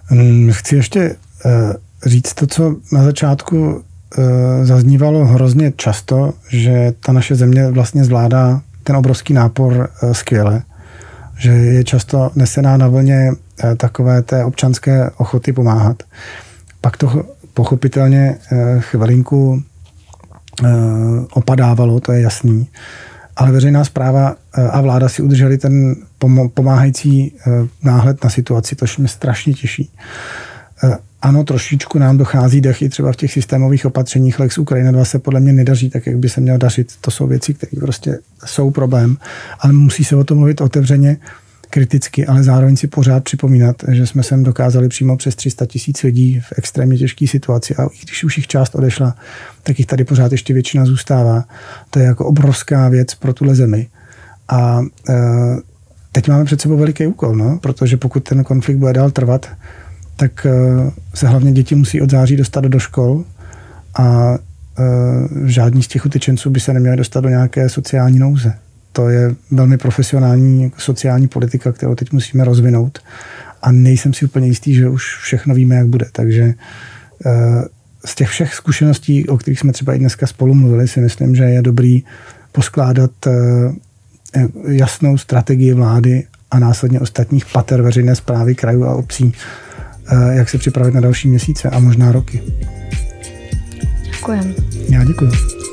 Chci ještě říct to, co na začátku zaznívalo hrozně často, že ta naše země vlastně zvládá ten obrovský nápor skvěle, že je často nesená na vlně takové té občanské ochoty pomáhat. Pak to pochopitelně chvilinku opadávalo, to je jasný, ale veřejná správa a vláda si udrželi ten pomáhající náhled na situaci, to mě strašně těší. Ano, trošičku nám dochází dech i třeba v těch systémových opatřeních. Lex Ukrajina 2 se podle mě nedaří tak, jak by se mělo dařit. To jsou věci, které prostě jsou problém, ale musí se o tom mluvit otevřeně, kriticky, ale zároveň si pořád připomínat, že jsme sem dokázali přímo přes 300 000 lidí v extrémně těžké situaci a když už jich část odešla, tak jich tady pořád ještě většina zůstává. To je jako obrovská věc pro tuhle zemi. A teď máme před sebou veliký úkol, no? Protože pokud ten konflikt bude dál trvat, tak se hlavně děti musí od září dostat do škol a žádní z těch utečenců by se neměli dostat do nějaké sociální nouze. To je velmi profesionální sociální politika, kterou teď musíme rozvinout a nejsem si úplně jistý, že už všechno víme, jak bude. Takže z těch všech zkušeností, o kterých jsme třeba i dneska spolu mluvili, si myslím, že je dobrý poskládat jasnou strategii vlády a následně ostatních pater veřejné správy krajů a obcí, jak se připravit na další měsíce a možná roky. Ďakujem. Já děkuji.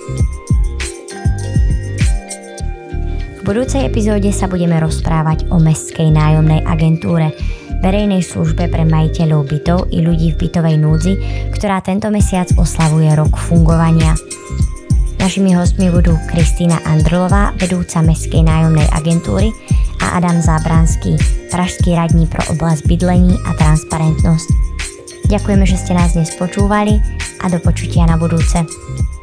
V budúcej epizóde sa budeme rozprávať o mestskej nájomnej agentúre, verejnej službe pre majiteľov bytov i ľudí v bytovej núdzi, ktorá tento mesiac oslavuje rok fungovania. Našimi hostmi budú Kristýna Andrlová, vedúca mestskej nájomnej agentúry, a Adam Zábranský, pražský radní pro oblasť bydlení a transparentnosť. Ďakujeme, že ste nás dnes počúvali a do počutia na budúce.